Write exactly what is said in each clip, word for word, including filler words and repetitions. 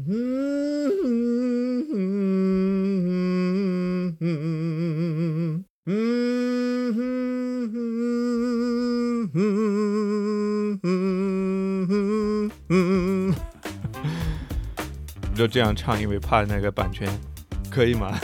就这样唱，因为怕那个版权，可以吗？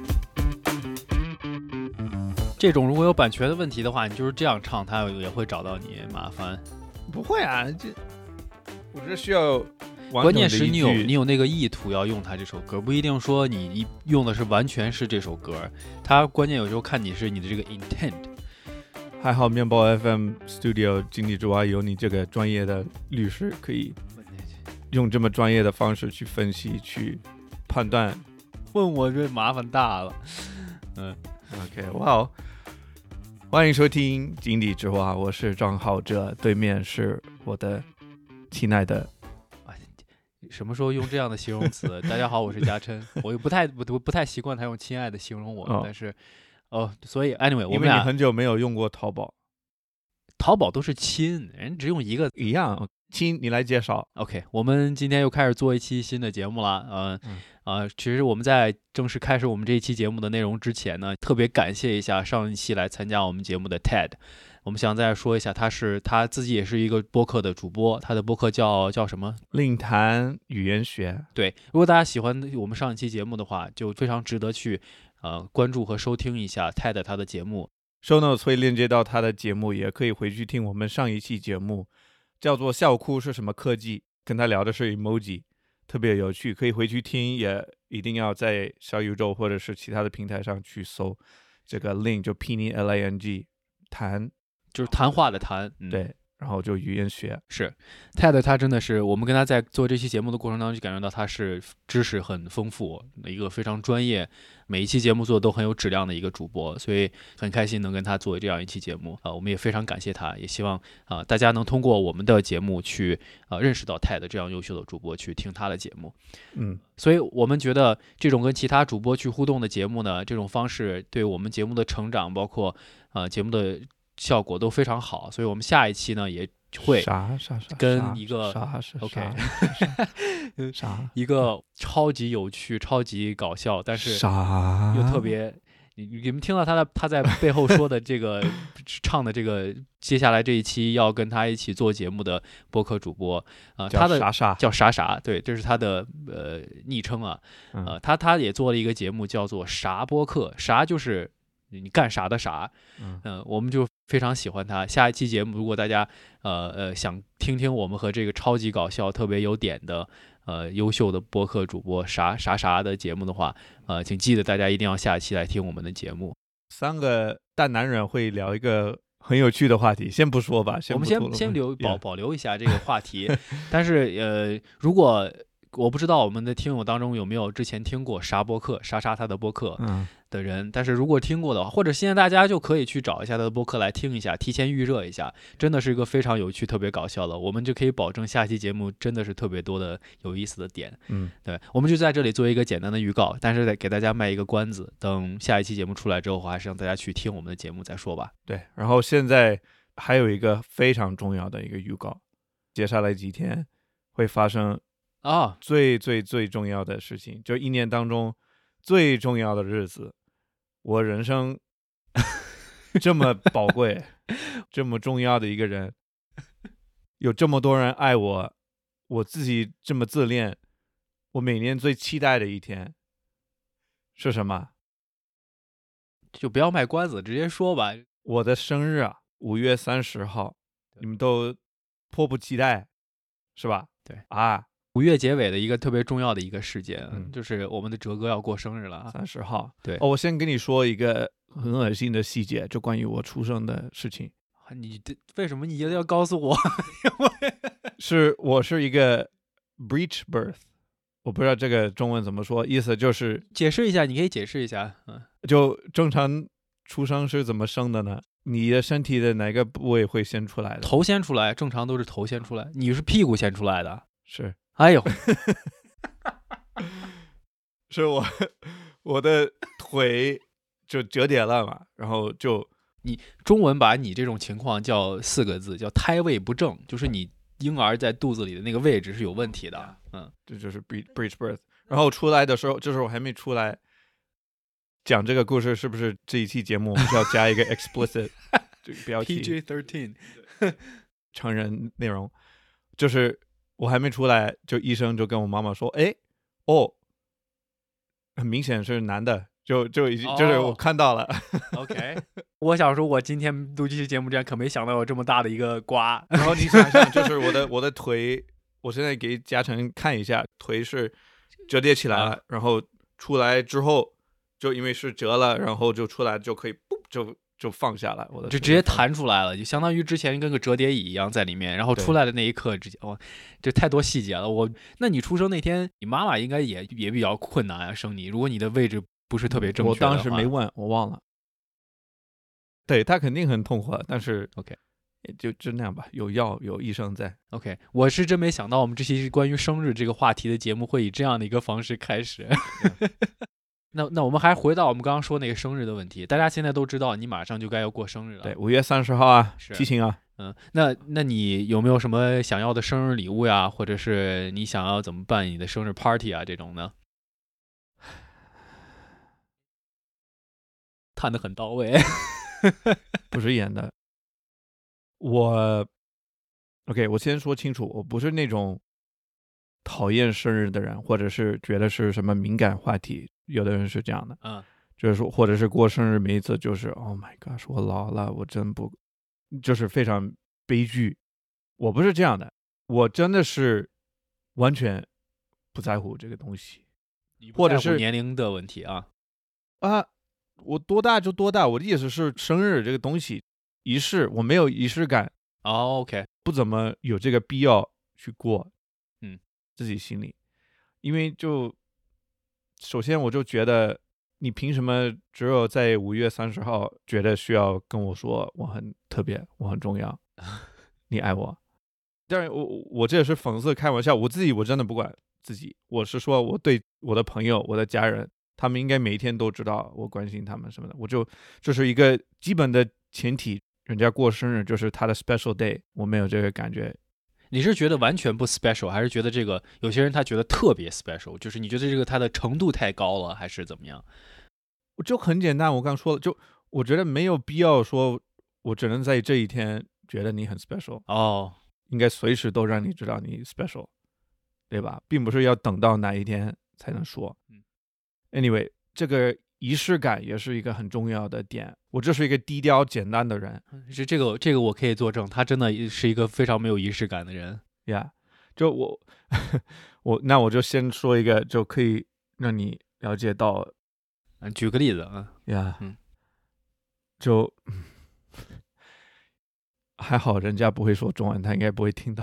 这种如果有版权的问题的话，你就是这样唱，他也会找到你麻烦。 不会啊，这我这需要完整的一句。 关键是你有你有那个意图要用他这首歌，不一定说你用的是完全是这首歌，他关键有时候看你是你的这个 intent。 还好面包 F M Studio 井底之蛙有你这个专业的律师，可以用这么专业的方式去分析、去判断。 问我这麻烦大了。嗯 ，OK， 哇哦，欢迎收听井底之蛙，我是张浩哲，对面是我的亲爱的。 什么时候用这样的形容词？大家好，我是嘉琛。我不太不不太习惯他用亲爱的形容我，哦、但是哦，所以 anyway， 我们俩因为你很久没有用过淘宝， 淘宝都是亲，人只用一个一样。亲，你来介绍。 OK， 我们今天又开始做一期新的节目了。呃、嗯呃，其实我们在正式开始我们这一期节目的内容之前呢，特别感谢一下上一期来参加我们节目的 Ted。我们想再说一下，他是他自己也是一个播客的主播，他的播客叫叫什么？ 令谈语言学。 对，如果大家喜欢我们上一期节目的话，就非常值得去呃关注和收听一下 Ted 他的节目。 Show Notes 会链接到他的节目，也可以回去听我们上一期节目。叫做笑哭是什么科技，跟他聊的是 emoji， 特别有趣，可以回去听，也一定要在小宇宙或者是其他的平台上去搜这个 link， 就 P N L A N G， 谈就是谈话的谈、嗯、 对，然后就语言学。 是 Ted 他真的是我们跟他在做这期节目的过程当中就感觉到他是知识很丰富，一个非常专业，每一期节目做的都很有质量的一个主播，所以很开心能跟他做这样一期节目、呃、我们也非常感谢他，也希望、呃、大家能通过我们的节目去、呃、认识到 Ted 这样优秀的主播，去听他的节目。 嗯， 所以我们觉得这种跟其他主播去互动的节目呢，这种方式对我们节目的成长包括、呃、节目的效果都非常好，所以我们下一期呢也会跟一个啥啥 OK 啥一个超级有趣、超级搞笑，但是啥又特别你你们听到他的他在背后说的这个唱的这个，接下来这一期要跟他一起做节目的播客主播啊、呃，他的啥啥叫啥啥，对，这是他的呃昵称啊，呃，他他也做了一个节目叫做啥播客，啥就是你干啥的啥，嗯、呃，我们就非常喜欢他。下一期节目，如果大家呃呃想听听我们和这个超级搞笑、特别有点的呃优秀的播客主播啥啥啥的节目的话，呃，请记得大家一定要下一期来听我们的节目。 三个大男人会聊一个很有趣的话题，先不说吧，先我们先先留保保留一下这个话题，但是呃，如果我不知道我们的听友当中有没有之前听过啥播客莎莎他的播客的人、嗯、但是如果听过的话，或者现在大家就可以去找一下他的播客来听一下，提前预热一下，真的是一个非常有趣特别搞笑的，我们就可以保证下期节目真的是特别多的有意思的点。 嗯， 对，我们就在这里做一个简单的预告，但是再给大家卖一个关子，等下一期节目出来之后还是让大家去听我们的节目再说吧。 对，然后现在还有一个非常重要的一个预告，接下来几天会发生啊， 最最最重要的事情，就一年当中最重要的日子，我人生这么宝贵这么重要的一个人，有这么多人爱我，我自己这么自恋，我每年最期待的一天是什么？ 就不要卖关子，直接说吧。 我的生日啊，五月三十号，你们都迫不及待是吧？ 对啊， 五月结尾的一个特别重要的一个事件、嗯、就是我们的哲哥要过生日了， 三十号。 对、 哦，我先跟你说一个很恶心的细节，就关于我出生的事情。 你为什么你一定要告诉我？ 是我是一个 breech birth， 我不知道这个中文怎么说，意思就是解释一下，你可以解释一下。嗯， 就正常出生是怎么生的呢？你的身体的哪个部位会先出来的？ 头先出来，正常都是头先出来，你是屁股先出来的。 是， 哎呦， 是我我的腿就折叠了嘛，然后就你中文把你这种情况叫四个字，叫胎位不正，就是你婴儿在肚子里的那个位置是有问题的。嗯， 这就是 breech birth。然后出来的时候，就是我还没出来讲这个故事，是不是这一期节目我们需要加一个 explicit 这个标题 P G 十三成人内容？就是我还没出来，就医生就跟我妈妈说，哎，哦，很明显是男的，就就已经、oh, 就是我看到了。 OK， 我想说，我今天录这期节目之前可没想到有这么大的一个瓜。 然后你想想，就是我的我的腿，我现在给嘉诚看一下，腿是折叠起来了，啊、然后出来之后，就因为是折了，然后就出来就可以，就就放下来，我的就直接弹出来了，就相当于之前跟个折叠椅一样在里面，然后出来的那一刻直接，哇、哦，这太多细节了。我，那你出生那天，你妈妈应该也也比较困难啊，生你，如果你的位置不是特别正确的话。 我当时没问，我忘了。对，她肯定很痛苦，但是 OK。 就就那样吧，有药有医生在。 OK， 我是真没想到我们这期关于生日这个话题的节目会以这样的一个方式开始。那那我们还回到我们刚刚说那个生日的问题，大家现在都知道你马上就该要过生日了。 对，五月三十号啊，提醒啊。 嗯，那那你有没有什么想要的生日礼物呀，或者是你想要怎么办你的生日 party 啊这种呢？谈得很到位。 不是演的。我 OK， 我先说清楚，我不是那种讨厌生日的人，或者是觉得是什么敏感话题，有的人是这样的， 嗯， 就是说，或者是过生日每一次就是 Oh my God， 我老了，我真不，就是非常悲剧。我不是这样的，我真的是完全不在乎这个东西，或者是年龄的问题啊啊，我多大就多大，我的意思是生日这个东西。仪式我没有仪式感， 哦 ，OK， 不怎么有这个必要去过， 嗯， 自己心里，因为就首先我就觉得你凭什么只有在五月三十号觉得需要跟我说我很特别，我很重要，你爱我？当然我我这也是讽刺开玩笑，我自己我真的不管自己，我是说我对我的朋友、我的家人，他们应该每一天都知道我关心他们什么的，我就这是一个基本的前提。人家过生日就是他的 special day， 我没有这个感觉。 你是觉得完全不 special， 还是觉得这个有些人他觉得特别 special， 就是你觉得这个他的程度太高了，还是怎么样？ 我就很简单，我刚说了，就我觉得没有必要说我只能在这一天觉得你很 special 哦， 应该随时都让你知道你 special， 对吧？并不是要等到哪一天才能说。Anyway， 这个仪式感也是一个很重要的点。我这是一个低调简单的人， 这这个这个我可以作证，他真的是一个非常没有仪式感的人呀。Yeah, 就我我那我就先说一个，就可以让你了解到。 举个例子啊， 呀、 yeah, 嗯， 就还好人家不会说中文，他应该不会听到。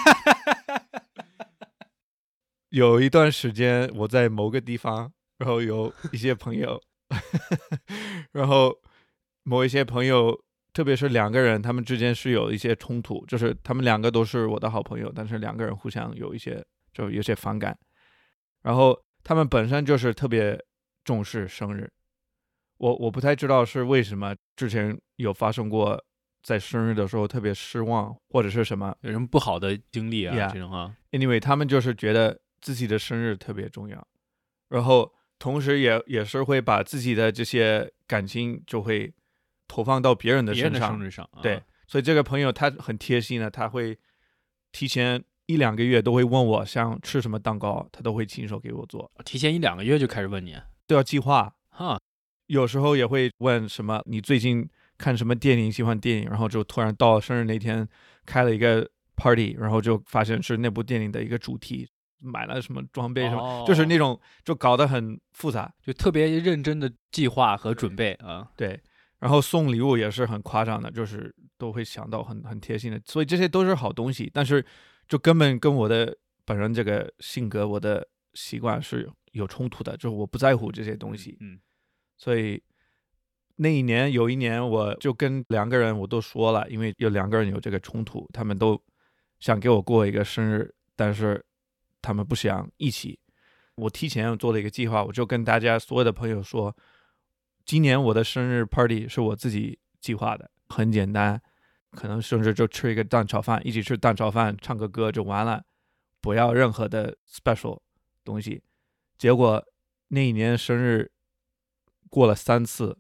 有一段时间我在某个地方，然后有一些朋友然后某一些朋友，特别是两个人，他们之间是有一些冲突，就是他们两个都是我的好朋友，但是两个人互相有一些就有些反感，然后他们本身就是特别重视生日，我我不太知道是为什么，之前有发生过在生日的时候特别失望或者是什么有什么不好的经历啊、yeah, 这种啊 anyway 他们就是觉得自己的生日特别重要，然后同时也也是会把自己的这些感情就会投放到别人的身上， 别人的生日上、啊、 对，所以这个朋友他很贴心的，他会提前一两个月都会问我想吃什么蛋糕，他都会亲手给我做。 提前一两个月就开始问你， 都要计划哈。 有时候也会问什么你最近看什么电影，喜欢电影，然后就突然到生日那天开了一个 party， 然后就发现是那部电影的一个主题，买了什么装备什么、哦、就是那种就搞得很复杂， 就特别认真的计划和准备啊。 对，然后送礼物也是很夸张的，就是都会想到很很贴心的，所以这些都是好东西，但是就根本跟我的本人这个性格我的习惯是有冲突的，就是我不在乎这些东西。 嗯， 所以那一年有一年我就跟两个人我都说了，因为有两个人有这个冲突，他们都想给我过一个生日，但是他们不想一起。我提前做了一个计划，我就跟大家所有的朋友说，今年我的生日 party 是我自己计划的，很简单， 可能生日就吃一个蛋炒饭，一起吃蛋炒饭，唱个歌就完了，不要任何的 special 东西。结果那一年生日过了三次，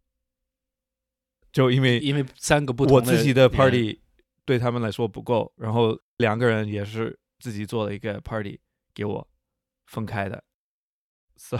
就因为因为三个不同我自己的 party 对他们来说不够，然后两个人也是自己做了一个 party 给我分开的。So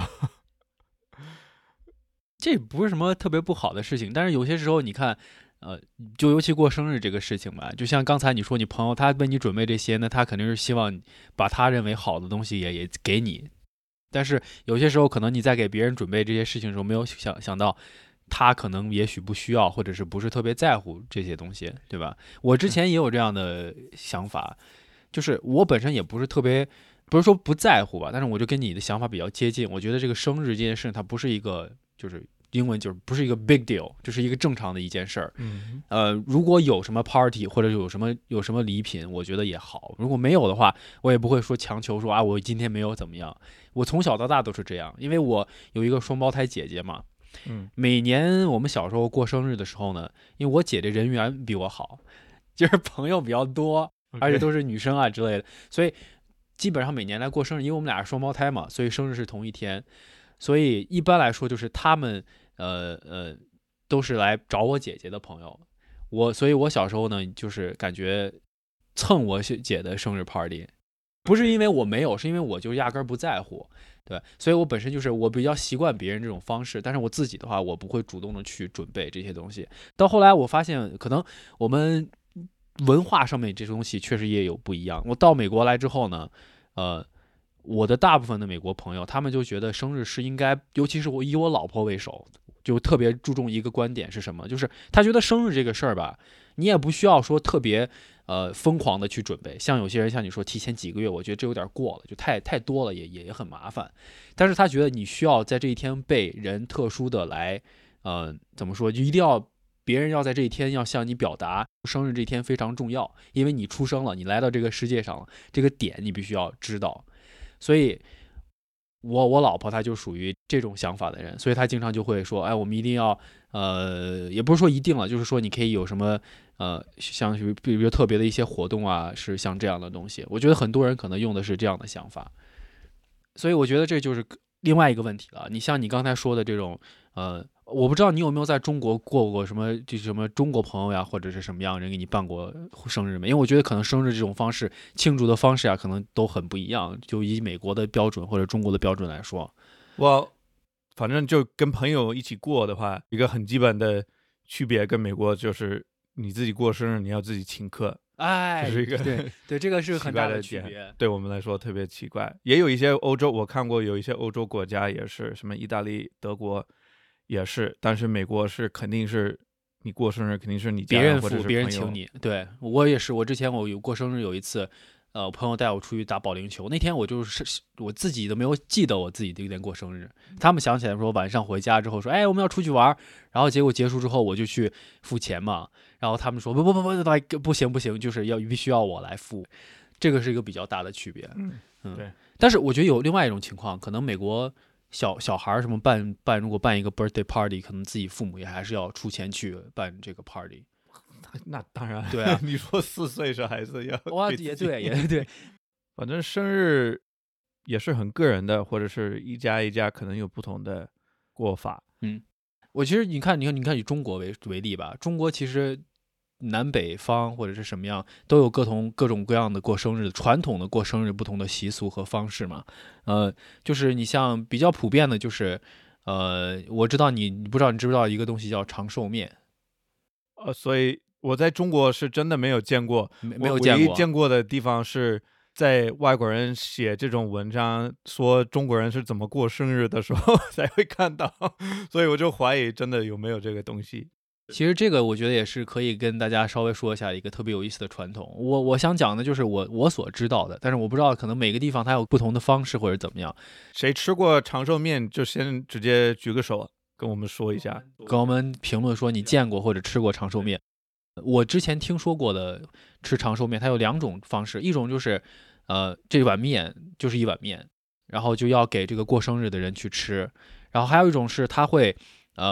这不是什么特别不好的事情，但是有些时候你看，呃，就尤其过生日这个事情吧，就像刚才你说，你朋友他为你准备这些呢，他肯定是希望把他认为好的东西也也给你，但是有些时候可能你在给别人准备这些事情的时候，没有想想到他可能也许不需要，或者是不是特别在乎这些东西，对吧？我之前也有这样的想法，就是我本身也不是特别。不是说不在乎吧，但是我就跟你的想法比较接近。我觉得这个生日这件事，它不是一个，就是英文就是不是一个 big deal， 就是一个正常的一件事儿。 嗯， 呃，如果有什么 party 或者有什么有什么礼品，我觉得也好。如果没有的话，我也不会说强求说啊，我今天没有怎么样。我从小到大都是这样，因为我有一个双胞胎姐姐嘛。 嗯， 每年我们小时候过生日的时候呢，因为我姐姐人缘比我好，就是朋友比较多，而且都是女生啊之类的，所以。基本上每年来过生日，因为我们俩是双胞胎嘛，所以生日是同一天，所以一般来说就是他们呃呃都是来找我姐姐的朋友，我所以我小时候呢就是感觉蹭我姐的生日 party， 不是因为我没有，是因为我就压根不在乎，对，所以我本身就是我比较习惯别人这种方式，但是我自己的话我不会主动的去准备这些东西。到后来我发现可能我们文化上面这东西确实也有不一样。我到美国来之后呢，呃，我的大部分的美国朋友，他们就觉得生日是应该，尤其是我以我老婆为首，就特别注重一个观点是什么，就是他觉得生日这个事儿吧，你也不需要说特别呃疯狂的去准备。像有些人像你说提前几个月，我觉得这有点过了，就太太多了也，也也很麻烦。但是他觉得你需要在这一天被人特殊的来，呃，怎么说，就一定要。别人要在这一天要向你表达生日这一天非常重要，因为你出生了，你来到这个世界上了，这个点你必须要知道。所以我我老婆她就属于这种想法的人，所以她经常就会说，哎，我们一定要呃，也不是说一定了，就是说你可以有什么呃，像是比如特别的一些活动啊，是像这样的东西。我觉得很多人可能用的是这样的想法，所以我觉得这就是另外一个问题了。你像你刚才说的这种呃。我不知道你有没有在中国过过什么，就什么中国朋友呀，或者是什么样人给你办过生日没？因为我觉得可能生日这种方式庆祝的方式啊，可能都很不一样。就以美国的标准或者中国的标准来说， 我反正就跟朋友一起过的话，一个很基本的区别跟美国就是你自己过生日你要自己请客。 哎， 这是一个对对，这个是很大的区别， 对我们来说特别奇怪。也有一些欧洲，我看过有一些欧洲国家也是，什么意大利、德国。也是，但是美国是肯定是你过生日肯定是你家人别人付， 别人请你。对我也是，我之前我有过生日有一次，呃，我朋友带我出去打保龄球，那天我就是我自己都没有记得我自己那天过生日，他们想起来说晚上回家之后说，哎，我们要出去玩，然后结果结束之后我就去付钱嘛，然后他们说不不不不不行不行，就是要必须要我来付，这个是一个比较大的区别。 嗯，嗯对。 但是我觉得有另外一种情况，可能美国。小小孩什么办办，如果办一个 birthday party， 可能自己父母也还是要出钱去办这个 party。 那当然， 对啊， 你说四岁是孩子要， 哇，也对，也对。 反正生日也是很个人的，或者是一家一家可能有不同的过法。 嗯，我其实你看，你看，你看以中国为为例吧，中国其实。南北方或者是什么样都有各同各种各样的过生日，传统的过生日不同的习俗和方式嘛。呃，就是你像比较普遍的，就是呃，我知道你你不知道你知不知道一个东西叫长寿面？ 呃，所以我在中国是真的没有见过， 没没有见过。 唯一见过的地方是在外国人写这种文章说中国人是怎么过生日的时候才会看到，所以我就怀疑真的有没有这个东西。 其实这个我觉得也是可以跟大家稍微说一下一个特别有意思的传统。我我想讲的就是我我所知道的，但是我不知道可能每个地方它有不同的方式或者怎么样。 谁吃过长寿面就先直接举个手跟我们说一下， 跟我们评论说你见过或者吃过长寿面。我之前听说过的吃长寿面，它有两种方式，一种就是呃这碗面就是一碗面，然后就要给这个过生日的人去吃，然后还有一种是他会。呃，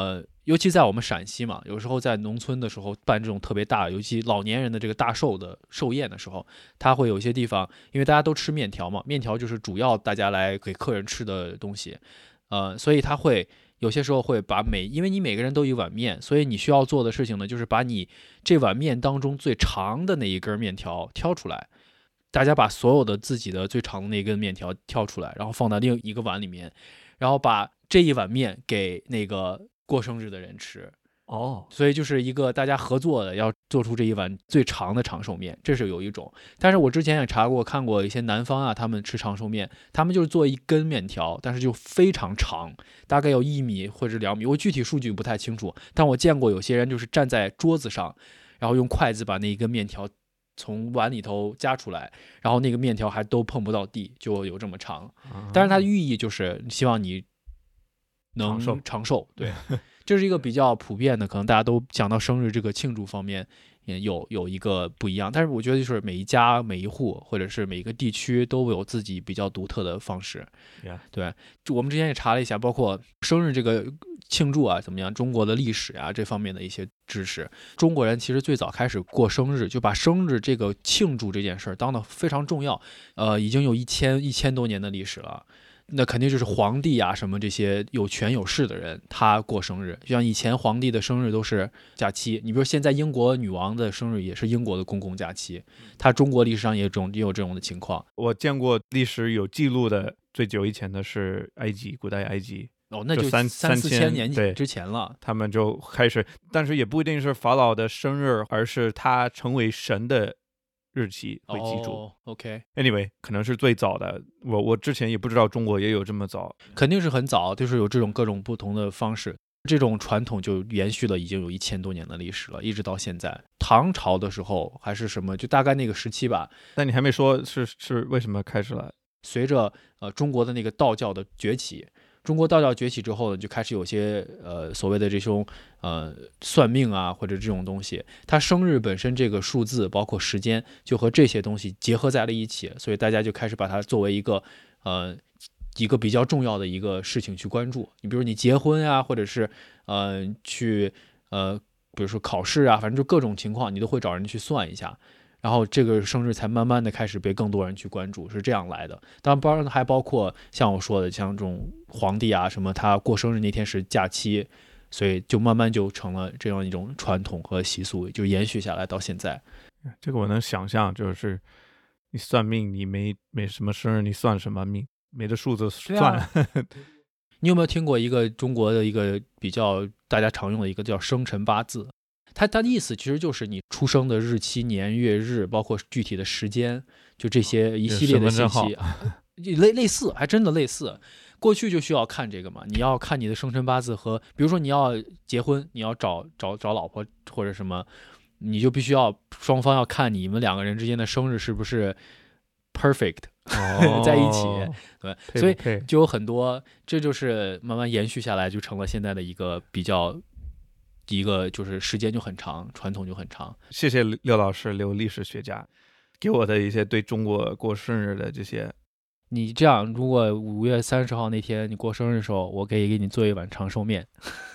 尤其在我们陕西嘛，有时候在农村的时候办这种特别大，尤其老年人的这个大寿的寿宴的时候，他会有一些地方，因为大家都吃面条嘛，面条就是主要大家来给客人吃的东西，呃，所以他会有些时候会把每，因为你每个人都有一碗面，所以你需要做的事情呢，就是把你这碗面当中最长的那一根面条挑出来，大家把所有的自己的最长的那根面条挑出来，然后放到另一个碗里面，然后把这一碗面给那个过生日的人吃。 哦， 所以就是一个大家合作的，要做出这一碗最长的长寿面，这是有一种。但是我之前也查过，看过一些南方啊，他们吃长寿面，他们就是做一根面条，但是就非常长，大概有一米或者两米，我具体数据不太清楚，但我见过有些人就是站在桌子上，然后用筷子把那一根面条从碗里头夹出来，然后那个面条还都碰不到地，就有这么长。但是它的寓意就是希望你能长寿， 长寿，对。这是一个比较普遍的，可能大家都讲到生日这个庆祝方面也有有一个不一样，但是我觉得就是每一家每一户或者是每一个地区都有自己比较独特的方式。 Yeah. 对，我们之前也查了一下，包括生日这个庆祝啊怎么样，中国的历史啊这方面的一些知识。中国人其实最早开始过生日，就把生日这个庆祝这件事儿当得非常重要，呃，已经有一千一千多年的历史了。那肯定就是皇帝啊，什么这些有权有势的人，他过生日，就像以前皇帝的生日都是假期，你比如现在英国女王的生日也是英国的公共假期，他中国历史上也有这种也有这种的情况。 我见过历史有记录的最久以前的是埃及，古代埃及。 哦，那就三三四千年对之前了， 他们就开始，但是也不一定是法老的生日，而是他成为神的日期会记住。 哦 OK，Anyway， 可能是最早的。我我之前也不知道中国也有这么早， 肯定是很早，就是有这种各种不同的方式。这种传统就延续了已经有一千多年的历史了，一直到现在。唐朝的时候还是什么，就大概那个时期吧。 但你还没说是是为什么开始了？ 随着呃中国的那个道教的崛起。中国道教崛起之后呢，就开始有些呃所谓的这种呃算命啊或者这种东西，它生日本身这个数字包括时间就和这些东西结合在了一起，所以大家就开始把它作为一个呃一个比较重要的一个事情去关注。你比如你结婚啊，或者是呃去呃比如说考试啊，反正就各种情况你都会找人去算一下。然后这个生日才慢慢的开始被更多人去关注，是这样来的。当然，包还包括像我说的，像这种皇帝啊什么，他过生日那天是假期，所以就慢慢就成了这样一种传统和习俗，就延续下来到现在。 这个我能想象，就是你算命，你没没什么生日，你算什么命？没的数字算。啊、 你有没有听过一个中国的一个比较大家常用的一个叫生辰八字？它它的意思其实就是你出生的日期、年月日，包括具体的时间，就这些一系列的信息，类类似，还真的类似。过去就需要看这个嘛，你要看你的生辰八字和，比如说你要结婚，你要找找找老婆或者什么，你就必须要双方要看你们两个人之间的生日是不是 perfect、哦、在一起，对，所以就有很多，这就是慢慢延续下来，就成了现在的一个比较。一个就是时间就很长，传统就很长。 谢谢刘老师，刘历史学家，给我的一些对中国过生日的这些。 你这样，如果五月三十号那天你过生日的时候，我可以给你做一碗长寿面。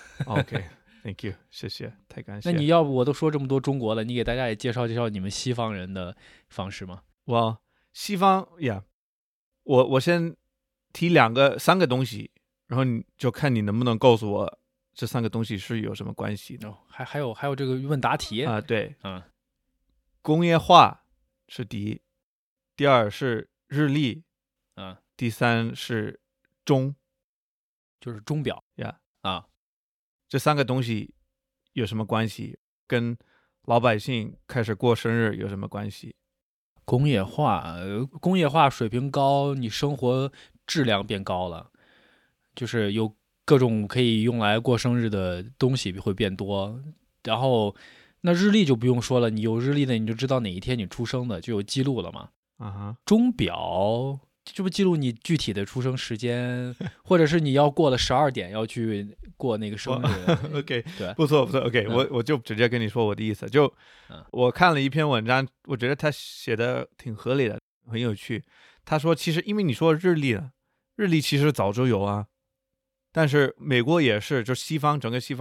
OK，Thank you， 谢谢，太感谢。 那你要不我都说这么多中国了，你给大家也介绍介绍你们西方人的方式吗？ 我西方呀， yeah, 我我先提两个三个东西，然后你就看你能不能告诉我。这三个东西是有什么关系的？ 哦、还还有还有这个问答题啊、呃，对， 嗯， 工业化是第一，第二是日历， 嗯， 第三是钟， 就是钟表呀、 yeah, 啊， 这三个东西有什么关系？跟老百姓开始过生日有什么关系？ 工业化，工业化水平高，你生活质量变高了，就是有。各种可以用来过生日的东西会变多，然后那日历就不用说了，你有日历的你就知道哪一天你出生的，就有记录了嘛。 啊哈， 钟表这不记录你具体的出生时间，或者是你要过了十二点要去过那个生日。 OK， 对， 不错不错。OK，、嗯、我我就直接跟你说我的意思，就、嗯、我看了一篇文章，我觉得他写的挺合理的，很有趣。他说，其实因为你说日历了，日历其实早就有啊。但是美国也是，就西方整个西方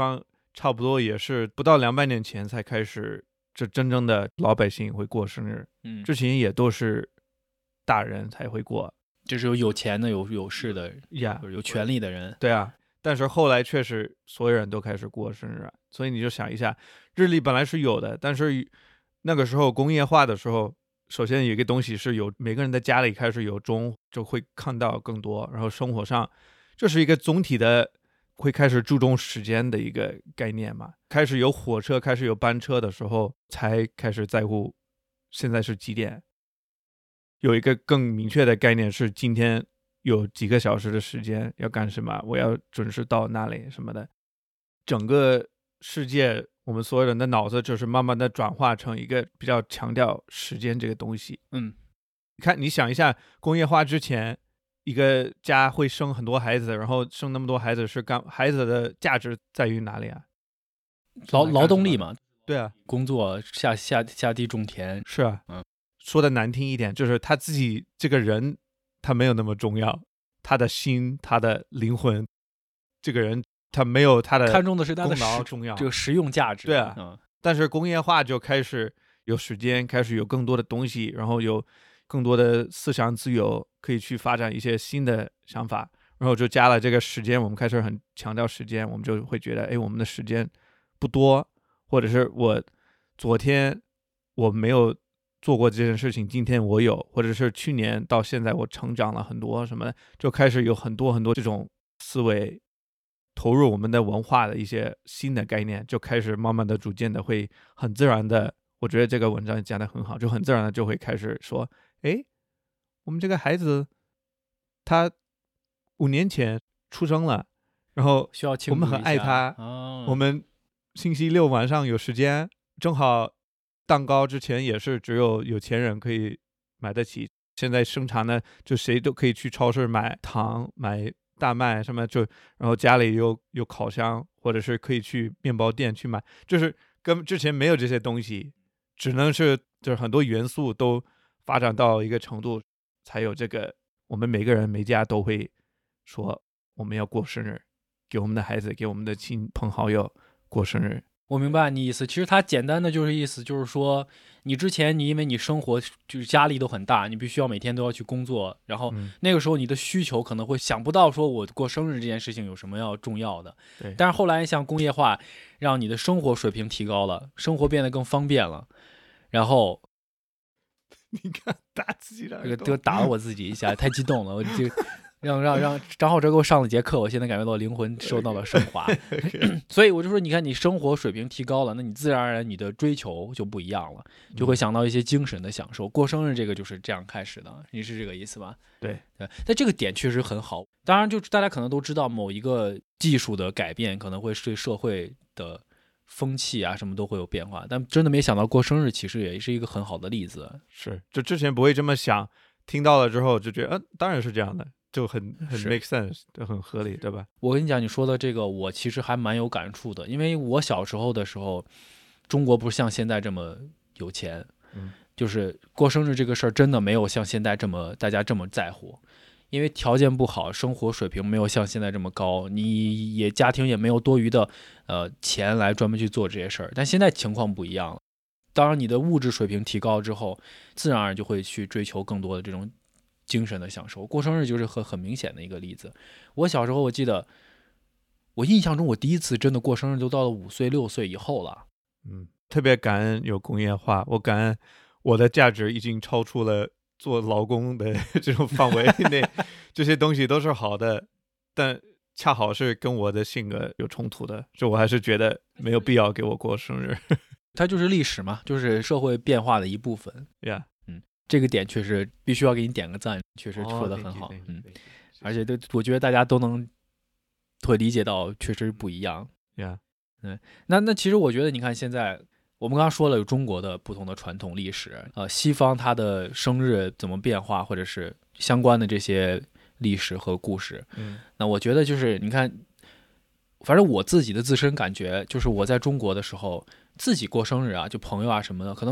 差不多也是不到两百年前才开始，这真正的老百姓会过生日。 嗯， 之前也都是大人才会过， 就是有有钱的、有有势的呀， 有权利的人。 对啊，但是后来确实所有人都开始过生日，所以你就想一下，日历本来是有的，但是那个时候工业化的时候，首先有一个东西是有每个人的家里开始有钟，就会看到更多，然后生活上这是一个总体的会开始注重时间的一个概念嘛。开始有火车，开始有班车的时候，才开始在乎现在是几点。有一个更明确的概念是今天有几个小时的时间要干什么，我要准时到那里什么的。整个世界我们所有人的脑子就是慢慢的转化成一个比较强调时间这个东西。 嗯， 你看你想一下，工业化之前一个家会生很多孩子，然后生那么多孩子是干孩子的价值在于哪里啊？ 劳劳动力嘛。 对啊， 工作下下下地种田。 是啊， 嗯， 说的难听一点，就是他自己这个人他没有那么重要，他的心他的灵魂，这个人他没有他的看重的是他的功劳重要， 这个实用价值。 对啊、 嗯， 但是工业化就开始有时间，开始有更多的东西，然后有更多的思想自由，可以去发展一些新的想法，然后就加了这个时间，我们开始很强调时间，我们就会觉得哎，我们的时间不多，或者是我昨天我没有做过这件事情，今天我有，或者是去年到现在我成长了很多什么的，就开始有很多很多这种思维投入我们的文化的一些新的概念，就开始慢慢的逐渐的会很自然的，我觉得这个文章讲的很好，就很自然的就会开始说，诶，我们这个孩子他五年前出生了，然后需要庆祝我们很爱他、 哦、 我们星期六晚上有时间，正好蛋糕之前也是只有有钱人可以买得起，现在生产的就谁都可以去超市买糖买大麦什么，就然后家里有有烤箱，或者是可以去面包店去买，就是跟之前没有这些东西，只能是就是很多元素都发展到一个程度，才有这个我们每个人每家都会说我们要过生日，给我们的孩子给我们的亲朋好友过生日。 我明白你意思，其实它简单的就是意思就是说，你之前你因为你生活就是压力都很大，你必须要每天都要去工作，然后那个时候你的需求可能会想不到说我过生日这件事情有什么要重要的。 对。 但是后来像工业化，让你的生活水平提高了，生活变得更方便了，然后你看打自己的， 这个就打了我自己一下，太激动了，我就。让让让张浩哲给我上了节课，我现在感觉到灵魂受到了升华。Okay. 所以我就说，你看你生活水平提高了，那你自然而然你的追求就不一样了，就会想到一些精神的享受。嗯、过生日这个就是这样开始的，你是这个意思吧？ 对对，但这个点确实很好。当然，就大家可能都知道，某一个技术的改变可能会对社会的风气啊什么都会有变化，但真的没想到过生日其实也是一个很好的例子。 是，就之前不会这么想，听到了之后就觉得，嗯、呃，当然是这样的。就很很 make sense， 就很合理，对吧？ 我跟你讲，你说的这个，我其实还蛮有感触的，因为我小时候的时候，中国不是像现在这么有钱， 嗯， 就是过生日这个事儿真的没有像现在这么大家这么在乎，因为条件不好，生活水平没有像现在这么高，你也家庭也没有多余的呃钱来专门去做这些事儿。但现在情况不一样了，当然你的物质水平提高之后，自然而然就会去追求更多的这种精神的享受。过生日就是很很明显的一个例子。我小时候我记得，我印象中我第一次真的过生日都到了五岁六岁以后了。 嗯，特别感恩有工业化，我感恩我的价值已经超出了做劳工的这种范围内，这些东西都是好的，但恰好是跟我的性格有冲突的，就我还是觉得没有必要给我过生日。 它就是历史嘛，就是社会变化的一部分。 Yeah。 这个点确实必须要给你点个赞，确实说得很好。哦、嗯，而且对，我觉得大家都能会理解到，确实不一样。 Yeah， 嗯，那那其实我觉得，你看现在我们刚刚说了有中国的不同的传统历史，呃，西方它的生日怎么变化，或者是相关的这些历史和故事。 嗯， 那我觉得就是你看，反正我自己的自身感觉，就是我在中国的时候，自己过生日啊，就朋友啊什么的，可能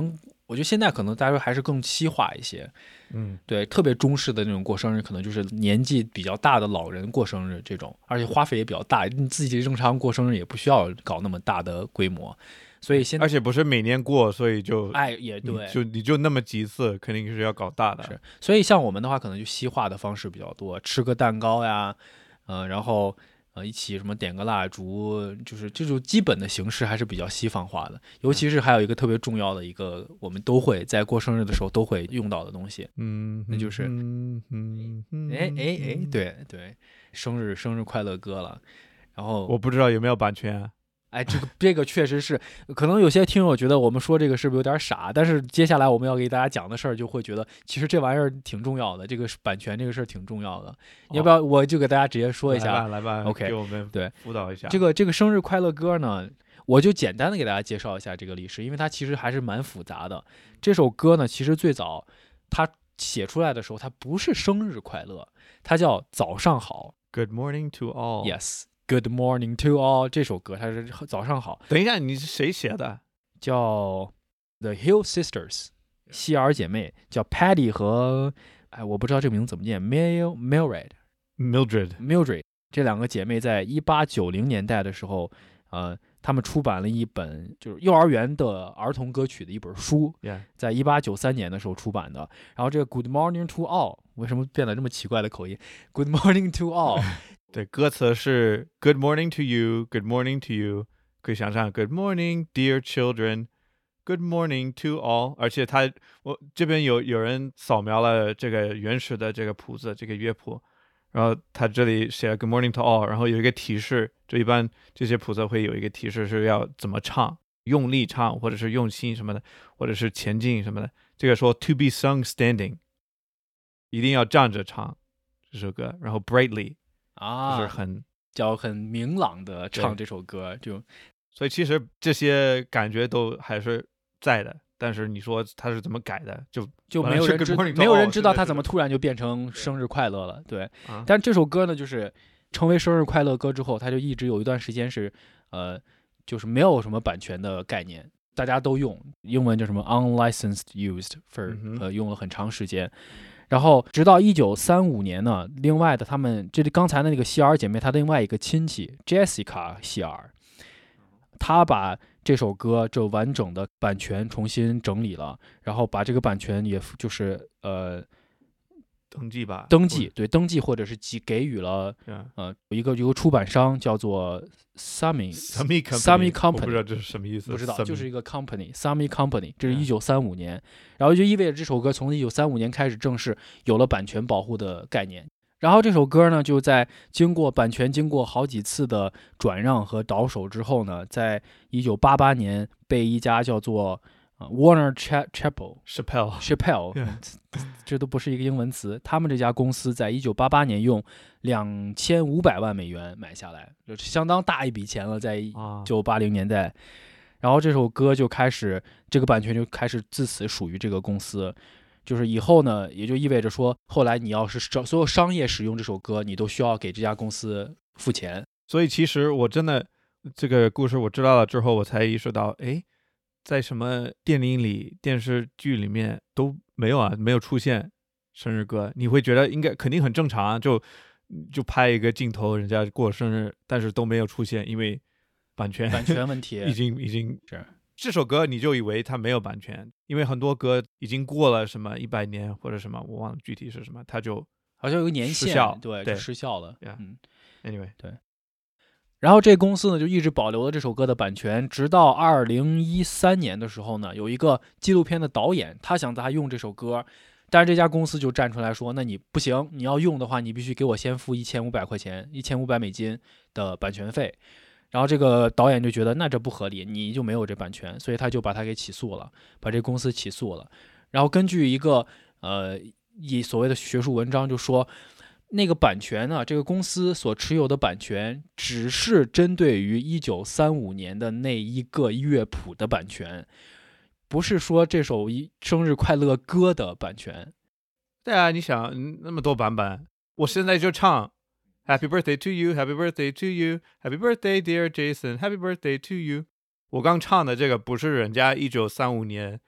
我觉得现在可能大家还是更西化一些， 嗯， 对，特别中式的那种过生日，可能就是年纪比较大的老人过生日这种，而且花费也比较大，你自己正常过生日也不需要搞那么大的规模，所以现在而且不是每年过，所以就哎也对， 就你就那么几次，肯定是要搞大的。 是，所以像我们的话，可能就西化的方式比较多，吃个蛋糕呀，嗯、呃，然后。呃，一起什么点个蜡烛，就是这种基本的形式还是比较西方化的。尤其是还有一个特别重要的一个，我们都会在过生日的时候都会用到的东西， 嗯， 那就是， 嗯嗯嗯， 哎哎哎，对对，生日生日快乐歌了。然后我不知道有没有版权、啊。 哎，这个这个确实是，可能有些听友觉得我们说这个是不是有点傻？但是接下来我们要给大家讲的事儿，就会觉得其实这玩意儿挺重要的，这个版权这个事儿挺重要的。要不要我就给大家直接说一下？ 来吧，来吧 ，OK， 给我们对辅导一下。 这个这个生日快乐歌呢，我就简单的给大家介绍一下这个历史，因为它其实还是蛮复杂的。这首歌呢，其实最早它写出来的时候，它不是生日快乐，它叫早上好。 Good morning to all. Yes.Good morning to all 这首歌它是早上好。 等一下，你是谁写的？ 叫 The Hill Sisters 希尔姐妹，叫 Patty 和哎我不知道这个名字怎么念 Mil Mildred Mildred Mildred 这两个姐妹在一八九零年代的时候，呃，她们出版了一本就是幼儿园的儿童歌曲的一本书， yeah. 在一八九三年的时候出版的。然后这个 Good morning to all 为什么变得这么奇怪的口音 ？Good morning to all 对，歌词是 Good morning to you, Good morning to you， 可以想象 Good morning, dear children, Good morning to all。而且他，我这边有有人扫描了这个原始的这个谱子，这个乐谱，然后他这里写了 Good morning to all， 然后有一个提示，就一般这些谱子会有一个提示是要怎么唱，用力唱，或者是用心什么的，或者是前进什么的。这个说 To be sung standing， 一定要站着唱这首歌，然后 brightly。 啊， 就是很叫很明朗的唱这首歌，就所以其实这些感觉都还是在的，但是你说他是怎么改的，就就没有人知没有人知道他怎么突然就变成生日快乐了，对。 啊、 但这首歌呢，就是成为生日快乐歌之后，他就一直有一段时间是呃，就是没有什么版权的概念，大家都用，英文叫什么 unlicensed used for，、嗯、呃，用了很长时间。然后直到一九三五年呢，另外的他们这刚才的那个希尔姐妹，她的另外一个亲戚 Jessica 希尔，她把这首歌就完整的版权重新整理了，然后把这个版权也就是呃登记吧， 登记对登记或者是给给予了、 yeah. 呃一个一个出版商叫做 Sami Sami Company， Company， 不知道这是什么意思， 不知道，就是一个 company Sami Company， 这是一九三五年，然后就意味着这首歌从一九三五年开始正式有了版权保护的概念。然后这首歌呢，就在经过版权经过好几次的转让和倒手之后呢，在一九八八年被一家叫做Uh, Warner Chappell Chappell Chappell， 这都不是一个英文词。他们这家公司在一九八八年用两千五百万美元买下来，就相当大一笔钱了，在一九八零年代。然后这首歌就开始，这个版权就开始自此属于这个公司。就是以后呢，也就意味着说，后来你要是所有商业使用这首歌，你都需要给这家公司付钱。 所以其实我真的这个故事我知道了之后，我才意识到，哎。在什么电影里、电视剧里面都没有啊，没有出现生日歌。你会觉得应该肯定很正常啊，就就拍一个镜头，人家过生日，但是都没有出现，因为版权版权问题已经已经是这首歌你就以为它没有版权，因为很多歌已经过了什么一百年或者什么，我忘了具体是什么，它就好像有个年限， 失效， 对， 对就失效了。 Yeah. 嗯 ，anyway， 对。然后这公司呢就一直保留了这首歌的版权，直到二零一三年的时候呢，有一个纪录片的导演，他想他用这首歌，但是这家公司就站出来说，那你不行，你要用的话，你必须给我先付一千五百块钱，一千五百美金的版权费。然后这个导演就觉得那这不合理，你就没有这版权，所以他就把他给起诉了，把这公司起诉了。然后根据一个呃以所谓的学术文章就说，那个版权呢，这个公司所持有的版权只是针对于一九三五年的那一个乐谱的版权，不是说这首生日快乐歌的版权。 对啊，你想那么多版本，我现在就唱 Happy birthday to you, Happy birthday to you, Happy birthday dear Jason, Happy birthday to you。我刚唱的这个不是人家一九三五年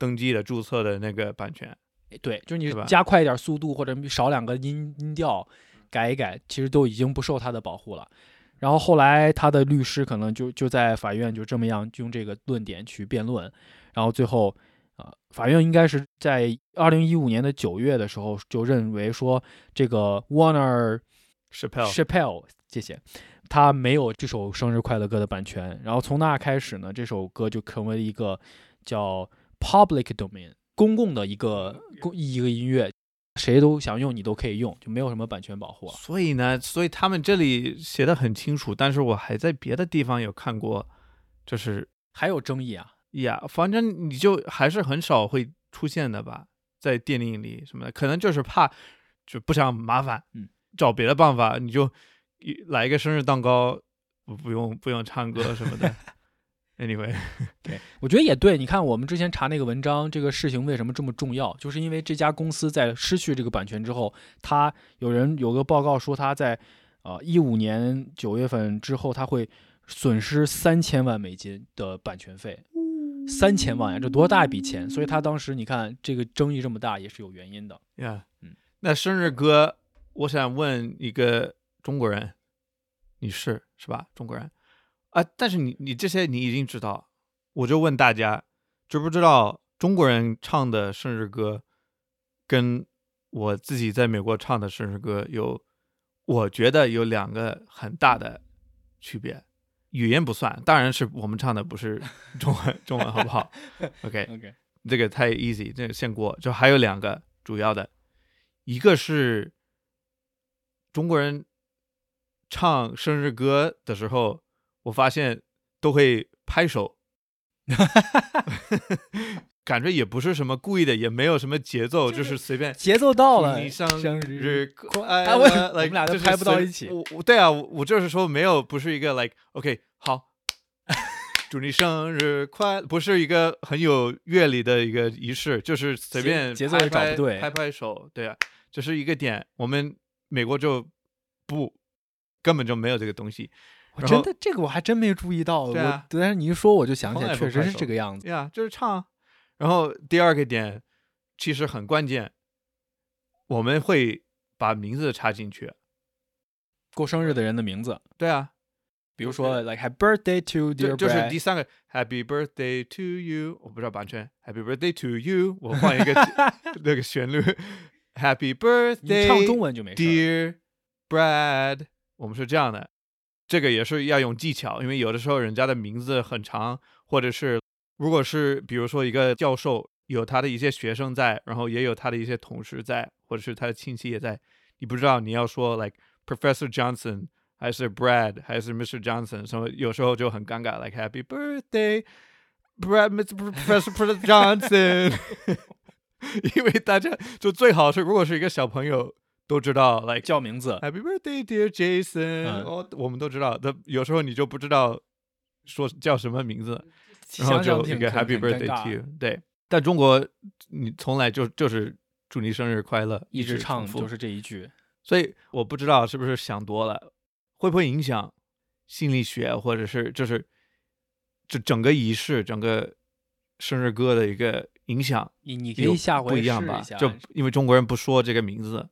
登记的注册的那个版权。 对，就是你加快一点速度或者少两个音音调改一改，其实都已经不受他的保护了。然后后来他的律师可能就就在法院就这么样用这个论点去辩论，然后最后呃，法院应该是在二零一五年的九月的时候就认为说这个 Warner Chappelle Chappelle 谢谢，他没有这首生日快乐歌的版权。然后从那开始呢，这首歌就成为了一个叫 public domain 公共的一个公一个音乐，谁都想用你都可以用，就没有什么版权保护。 所以呢，所以他们这里写的很清楚，但是我还在别的地方有看过，就是还有争议啊呀，反正你就还是很少会出现的吧，在电影里什么的，可能就是怕就不想麻烦， 嗯， 找别的办法，你就来一个生日蛋糕，不不用不用唱歌什么的。Anyway， 对，我觉得也对。你看，我们之前查那个文章，这个事情为什么这么重要？就是因为这家公司在失去这个版权之后，他有人有个报告说，他在呃一五年九月份之后，他会损失三千万美金的版权费，三千万呀，这多大一笔钱！所以他当时你看这个争议这么大，也是有原因的。 呀、 yeah, 嗯， 那生日歌，我想问一个中国人，你是是吧？中国人。啊！但是你你这些你已经知道，我就问大家，知不知道中国人唱的生日歌，跟我自己在美国唱的生日歌有，我觉得有两个很大的区别。语言不算，当然是我们唱的不是中文，中文好不好 ？OK OK， 这个太 easy， 这个先过。就还有两个主要的，一个是中国人唱生日歌的时候。我发现都会拍手，感觉也不是什么故意的，也没有什么节奏，就是、就是随便节奏到了， 你生日快乐， 啊、我, 我们俩都拍不到一起。 我我对啊，我, 我就是说没有，不是一个 like OK 好，祝你生日快乐，不是一个很有乐理的一个仪式，就是随便节奏也找不对， 拍拍手，对啊，这、就是一个点。我们美国就不根本就没有这个东西。 我真的这个我还真没注意到， 对啊， 但是你一说我就想起来，确实是这个样子。 呀，就是唱。然后第二个点其实很关键，我们会把名字插进去， 过生日的人的名字。 对啊， 比如说 like Happy Birthday to dear Brad， 就是第三个 Happy Birthday to you， 我不知道版权 Happy Birthday to you， 我换一个那个旋律 Happy Birthday， 你唱中文就没事 Dear Brad， 我们是这样的。这个也是要用技巧，因为有的时候人家的名字很长，或者是如果是比如说一个教授有他的一些学生在，然后也有他的一些同事在，或者是他的亲戚也在，你不知道你要说 like Professor Johnson 还是 Brad 还是 Mister Johnson， 什么有时候就很尴尬 like Happy Birthday Brad Mister Professor Johnson 因为大家就最好是如果是一个小朋友都知道 like 叫名字 Happy Birthday Dear Jason、嗯哦、我们都知道的，有时候你就不知道说叫什么名字，然后就一个 Happy Birthday to you， 对，但中国你从来就就是祝你生日快乐， 一直唱就是这一句， 所以我不知道是不是想多了，会不会影响心理学，或者是就是这整个仪式整个生日歌的一个影响， 你你可以下回不一样吧？就因为中国人不说这个名字。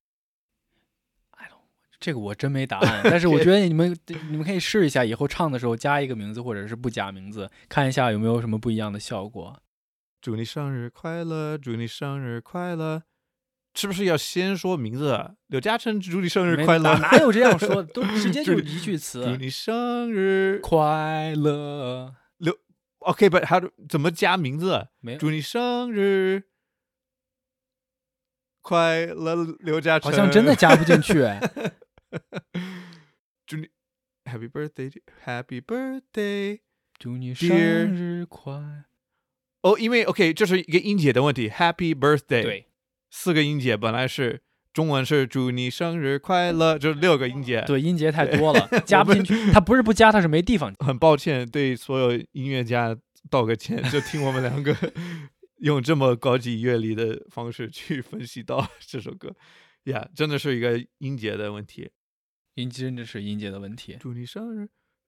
这个我真没答案，但是我觉得你们你们可以试一下，以后唱的时候加一个名字，或者是不加名字，看一下有没有什么不一样的效果。 祝你生日快乐，祝你生日快乐，是不是要先说名字？刘嘉诚祝你生日快乐， 哪有这样说的？都直接就一句词。 祝你生日快乐。 刘 OK，but、okay, how 怎么加名字？ 没有。 祝你生日快乐，刘嘉诚。 好像真的加不进去哎。 祝你 Happy Birthday Happy Birthday 祝你生日快哦，因为 OK 这是一个音节的问题 Happy Birthday 对， 四个音节本来是中文是祝你生日快乐，就六个音节， 对，音节太多了加不进去，他不是不加，他是没地方。 很抱歉对所有音乐家道个歉，就听我们两个用这么高级乐理的方式去分析到这首歌呀、yeah, 真的是一个音节的问题， 音真的是音节的问题。 祝你生日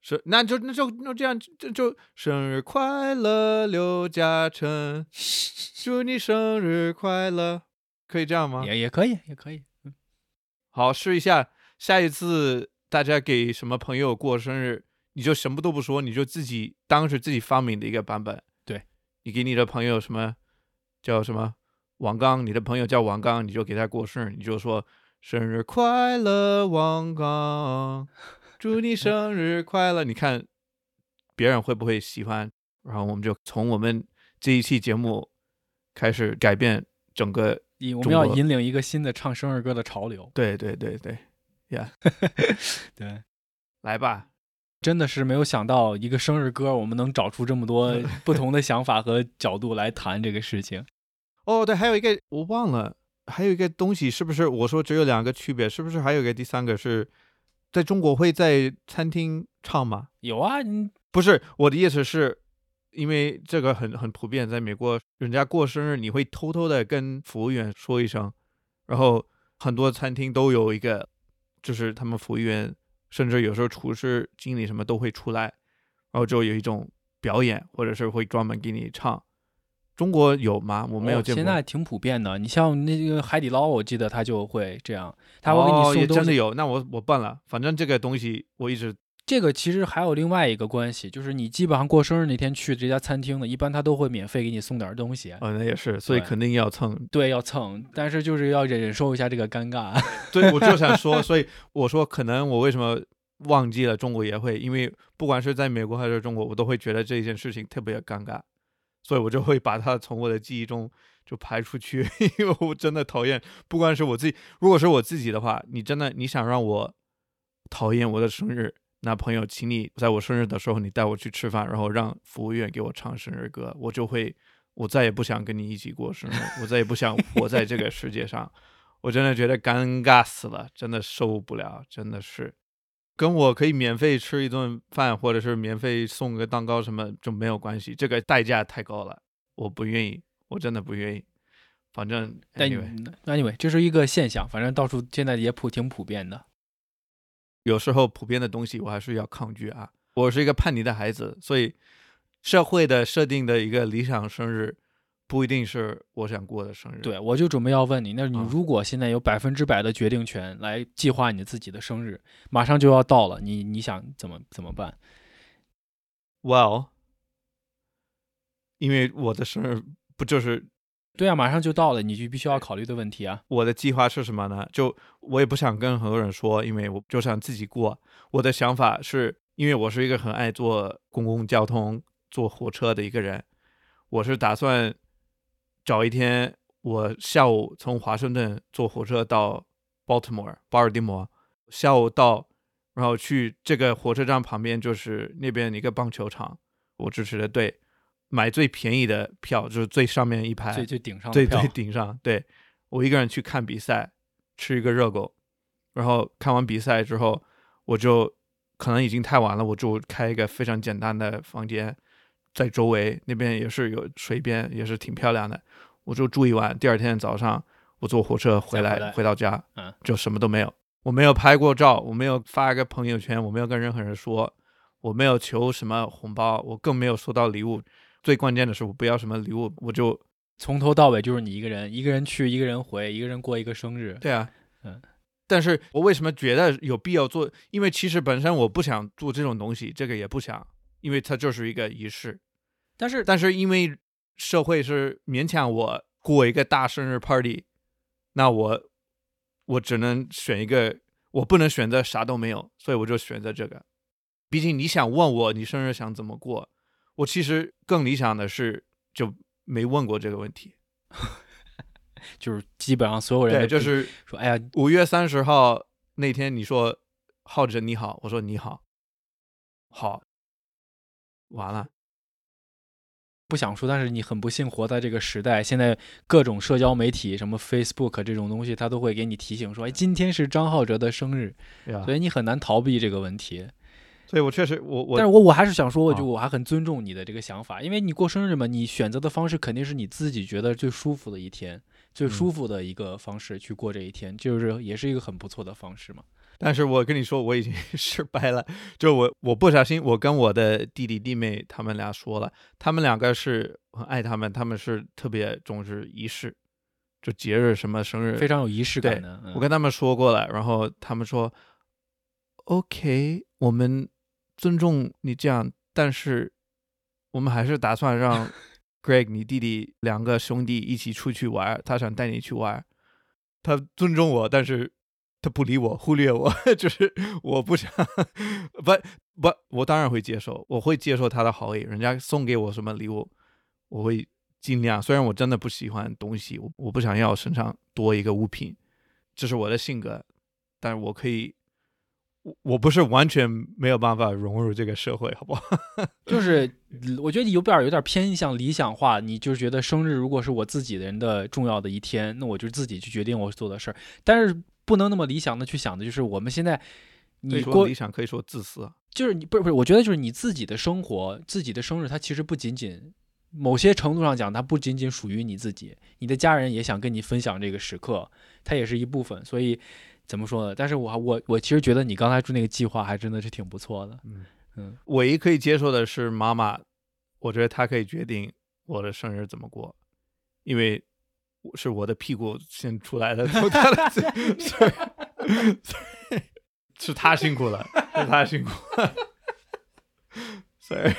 是，那就那就那这样就就生日快乐刘嘉诚，祝你生日快乐，可以这样吗？ 也也可以，也可以。嗯， 好，试一下，下一次大家给什么朋友过生日，你就什么都不说，你就自己当时自己发明的一个版本。 对， 你给你的朋友什么叫什么王刚，你的朋友叫王刚，你就给他过生日，你就说生日快乐王刚。祝你生日快乐！你看别人会不会喜欢？然后我们就从我们这一期节目开始改变整个我们要引领一个新的唱生日歌的潮流。 对对对对 ，Yeah， 对， 来吧！ 真的是没有想到一个生日歌，我们能找出这么多不同的想法和角度来谈这个事情。 哦，对，还有一个我忘了，还有一个东西是不是？我说只有两个区别，是不是还有一个第三个是？在中国会在餐厅唱吗？ 有啊，你不是我的意思是，因为这个很很普遍，在美国人家过生日，你会偷偷的跟服务员说一声，然后很多餐厅都有一个，就是他们服务员甚至有时候厨师、经理什么都会出来，然后就有一种表演，或者是会专门给你唱。中国有吗？我没有见过。 哦、现在挺普遍的。你像那个海底捞，我记得他就会这样，他会给你送东西。 哦，也真的有。那我我笨了。反正这个东西我一直。 这个其实还有另外一个关系，就是你基本上过生日那天去这家餐厅呢，一般他都会免费给你送点东西。 哦，那也是，所以肯定要蹭。 对，要蹭，但是就是要忍受一下这个尴尬。 对，我就想说，所以我说可能我为什么忘记了中国也会，因为不管是在美国还是中国，我都会觉得这件事情特别尴尬。所以我就会把它从我的记忆中就排出去，因为我真的讨厌，不管是我自己，如果是我自己的话，你真的你想让我讨厌我的生日，那朋友，请你在我生日的时候，你带我去吃饭，然后让服务员给我唱生日歌，我就会，我再也不想跟你一起过生日，我再也不想活在这个世界上，我真的觉得尴尬死了，真的受不了，真的是。跟我可以免费吃一顿饭，或者是免费送个蛋糕什么就没有关系，这个代价太高了，我不愿意，我真的不愿意。反正 anyway anyway 这是一个现象，反正到处现在也普挺普遍的。 有时候普遍的东西我还是要抗拒啊。我是一个叛逆的孩子，所以社会的设定的一个理想生日不一定是我想过的生日。 对，我就准备要问你，那你如果现在有百分之百的决定权来计划你自己的生日，马上就要到了，你你想怎么怎么办 ？Well， 因为我的生日不就是对啊，马上就到了，你就必须要考虑的问题啊。 我的计划是什么呢？就我也不想跟很多人说，因为我就想自己过。我的想法是，因为我是一个很爱坐公共交通、坐火车的一个人，我是打算找一天，我下午从华盛顿坐火车到 Baltimore 巴尔的摩，下午到，然后去这个火车站旁边就是那边一个棒球场，我支持的队，买最便宜的票，就是最上面一排， 最最顶上的最票， 最顶上。对，我一个人去看比赛，吃一个热狗，然后看完比赛之后，我就可能已经太晚了，我就开一个非常简单的房间。在周围那边也是有水边，也是挺漂亮的，我就住一晚。第二天早上我坐火车回来， 回来回到家， 嗯， 就什么都没有。我没有拍过照，我没有发一个朋友圈，我没有跟任何人说，我没有求什么红包，我更没有收到礼物。最关键的是，我不要什么礼物，我就从头到尾就是你一个人，一个人去，一个人回，一个人过一个生日。 对啊， 嗯。 但是我为什么觉得有必要做？因为其实本身我不想做这种东西，这个也不想，因为它就是一个仪式。 但是， 但是因为社会是勉强我过一个大生日 party， 那我我只能选一个，我不能选择啥都没有，所以我就选择这个。毕竟你想问我你生日想怎么过，我其实更理想的是就没问过这个问题。 就是基本上所有人对，就是说，哎呀， 五月三十号那天你说浩哲你好，我说你好，好，完了。 不想说，但是你很不幸活在这个时代，现在各种社交媒体，什么 Facebook 这种东西，它都会给你提醒说，哎，今天是张浩哲的生日，所以你很难逃避这个问题。 所以我确实，我我， 但是我我还是想说，我就我还很尊重你的这个想法，因为你过生日嘛，你选择的方式肯定是你自己觉得最舒服的一天。 最舒服的一个方式去过这一天，嗯、就是也是一个很不错的方式嘛。 但是我跟你说，我已经失败了。就我我不小心，我跟我的弟弟弟妹他们俩说了，他们两个是很爱他们，他们是特别重视仪式，就节日什么生日非常有仪式感的。 嗯、我跟他们说过了，然后他们说 OK， 我们尊重你这样，但是我们还是打算让 Greg 你弟弟两个兄弟一起出去玩，他想带你去玩，他尊重我，但是他不理我，忽略我，就是我不想不不，我当然会接受，我会接受他的好意，人家送给我什么礼物，我会尽量。虽然我真的不喜欢东西，我我不想要身上多一个物品，这是我的性格，但是我可以，我我不是完全没有办法融入这个社会，好不好？ 就是我觉得有点有点偏向理想化，你就觉得生日如果是我自己的人的重要的一天，那我就自己去决定我做的事儿，但是不能那么理想的去想的，就是我们现在你过理想可以说自私， 就是你不是不是，我觉得就是你自己的生活，自己的生日，它其实不仅仅某些程度上讲，它不仅仅属于你自己，你的家人也想跟你分享这个时刻，它也是一部分。所以怎么说呢？但是我我我其实觉得你刚才说那个计划还真的是挺不错的。 嗯嗯， 唯一可以接受的是妈妈，我觉得她可以决定我的生日怎么过，因为是我的屁股先出来的，他的是他辛苦了，是他辛苦了，sorry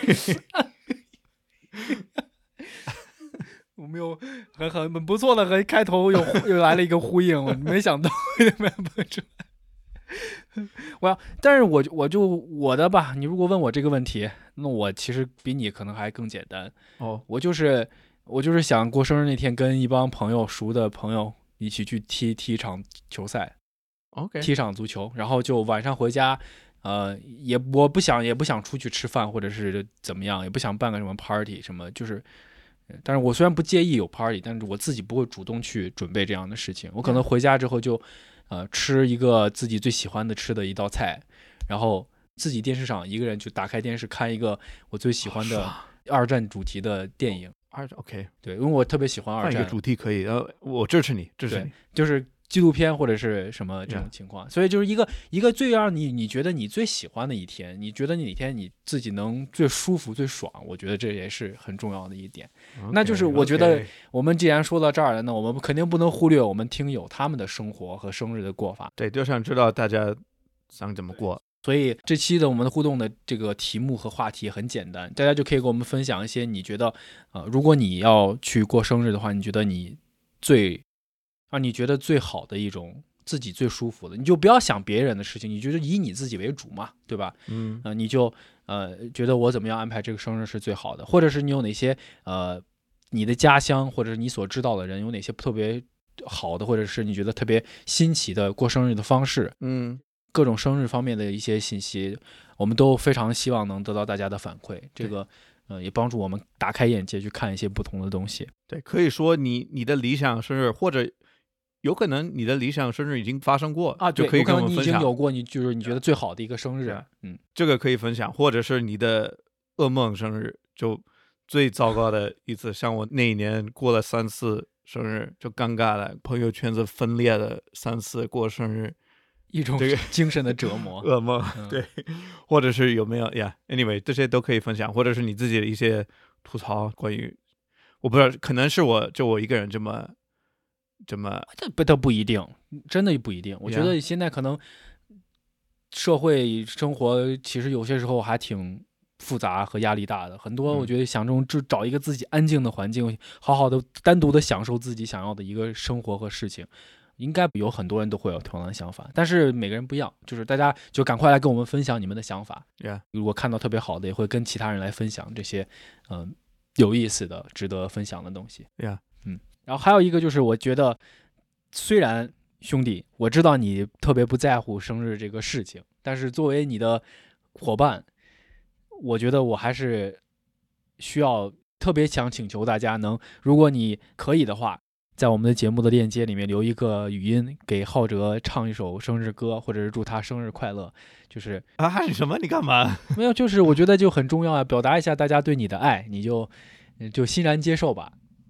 我们有很很很不错的和开头又又来了一个呼应，我没想到没播出来。我要，但是我我就我的吧，你如果问我这个问题，那我其实比你可能还更简单哦， 我就是我就是想过生日那天跟一帮朋友熟的朋友一起去踢踢一场球赛 ，OK， 踢场足球，然后就晚上回家，呃，也我不想也不想出去吃饭或者是怎么样，也不想办个什么 party 什么，就是。但是我虽然不介意有 party， 但是我自己不会主动去准备这样的事情。我可能回家之后就，呃，吃一个自己最喜欢的吃的一道菜，然后自己电视上一个人去打开电视看一个我最喜欢的二战主题的电影。 二 OK， 对，因为我特别喜欢二战。 换一个主题可以，呃，我支持你，支持你， 就是纪录片或者是什么这种情况， yeah. 所以就是一个一个最让你你觉得你最喜欢的一天，你觉得你哪天你自己能最舒服最爽，我觉得这也是很重要的一点。 Okay, 那就是我觉得我们既然说到这儿了，那我们肯定不能忽略我们听友他们的生活和生日的过法。 对，就想知道大家想怎么过。 所以这期的我们的互动的这个题目和话题很简单，大家就可以给我们分享一些你觉得，呃，如果你要去过生日的话，你觉得你最让你觉得最好的一种。自己最舒服的，你就不要想别人的事情，你就以你自己为主嘛，对吧？ 嗯， 呃、你就呃觉得我怎么样安排这个生日是最好的，或者是你有哪些呃你的家乡或者是你所知道的人有哪些特别好的，或者是你觉得特别新奇的过生日的方式， 嗯， 各种生日方面的一些信息，我们都非常希望能得到大家的反馈，这个呃也帮助我们打开眼界去看一些不同的东西。 对，可以说你你的理想生日或者。有可能你的理想生日已经发生过啊， 就可以跟我们分享。 你已经有过，你就是你觉得最好的一个生日，啊、嗯， 这个可以分享，或者是你的噩梦生日，就最糟糕的一次，像我那一年过了三次生日，就尴尬了，朋友圈子分裂了三次过生日， 一种这个精神的折磨， 噩梦，嗯、对，或者是有没有呀 ？Anyway， 这些都可以分享，或者是你自己的一些吐槽，关于我不知道，可能是我就我一个人这么。这么这不，这不一定，真的不一定。我觉得现在可能社会生活其实有些时候还挺复杂和压力大的。很多我觉得想中就找一个自己安静的环境，好好的单独的享受自己想要的一个生活和事情，应该有很多人都会有同样的想法。但是每个人不一样，就是大家就赶快来跟我们分享你们的想法。 Yeah. 如果看到特别好的，也会跟其他人来分享这些嗯、呃、有意思的、值得分享的东西。 Yeah. 嗯。然后还有一个就是，我觉得虽然兄弟，我知道你特别不在乎生日这个事情，但是作为你的伙伴，我觉得我还是需要特别想请求大家能，如果你可以的话，在我们的节目的链接里面留一个语音给浩哲唱一首生日歌，或者是祝他生日快乐。就是啊，你什么？你干嘛？ 没有，就是我觉得就很重要啊，表达一下大家对你的爱，你就就欣然接受吧。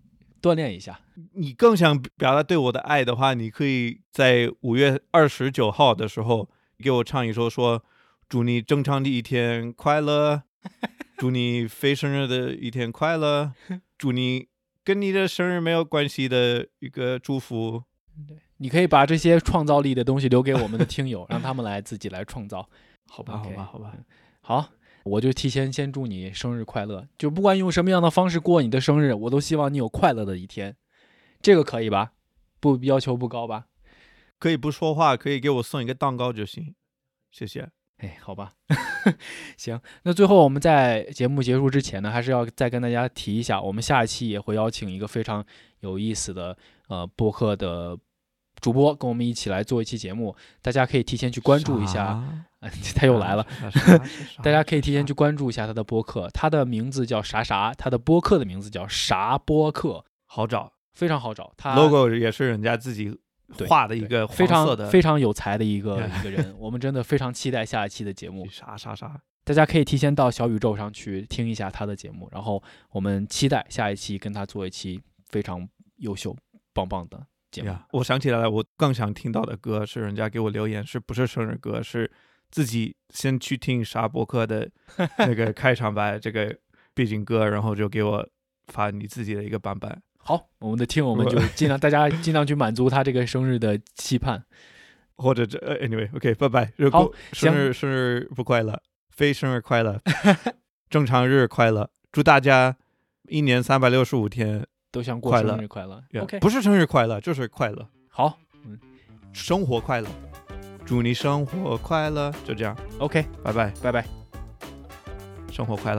锻炼一下。 你更想表达对我的爱的话，你可以在五月二十九号的时候给我唱一首，说祝你正常的一天快乐，祝你非生日的一天快乐，祝你跟你的生日没有关系的一个祝福。 对，你可以把这些创造力的东西留给我们的听友，让他们来自己来创造。好吧， okay, 好吧，好吧， 好，我就提前先祝你生日快乐。就不管用什么样的方式过你的生日，我都希望你有快乐的一天。这个可以吧？不要求不高吧？ 可以不说话，可以给我送一个蛋糕就行，谢谢。 哎，好吧。行，那最后我们在节目结束之前呢，还是要再跟大家提一下，我们下一期也会邀请一个非常有意思的呃播客的主播跟我们一起来做一期节目，大家可以提前去关注一下。他又来了。大家可以提前去关注一下他的播客，他的名字叫啥啥，他的播客的名字叫啥播客， 好找， 非常好找。他 logo 也是人家自己画的一个非黄色的， 常非常有才的一个一个人。我们真的非常期待下一期的节目。 啥啥啥， 大家可以提前到小宇宙上去听一下他的节目，然后我们期待下一期跟他做一期非常优秀棒棒的节目。 Yeah, 我想起来了，我更想听到的歌是人家给我留言，是不是生日歌，是自己先去听啥播客的那个开场白这个背景歌，然后就给我发你自己的一个版本。 好，我们的听友们就尽量大家尽量去满足他这个生日的期盼， 或者这 anyway OK 拜拜。 好， 生日生日不快乐，非生日快乐，正常日快乐，祝大家一年三百六十五天都像过生日快乐。 OK， 不是生日快乐就是快乐。 好，嗯， 生活快乐，祝你生活快乐，就这样。 OK， 拜拜拜拜， 生活快乐。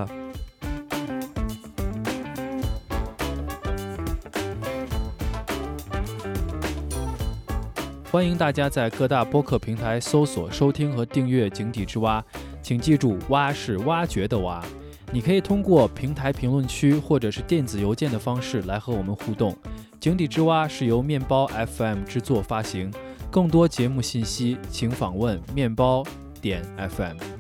欢迎大家在各大播客平台搜索收听和订阅井底之蛙，请记住蛙是挖掘的蛙。你可以通过平台评论区或者是电子邮件的方式来和我们互动。井底之蛙是由面包 F M 制作发行，更多节目信息请访问面包点 F M。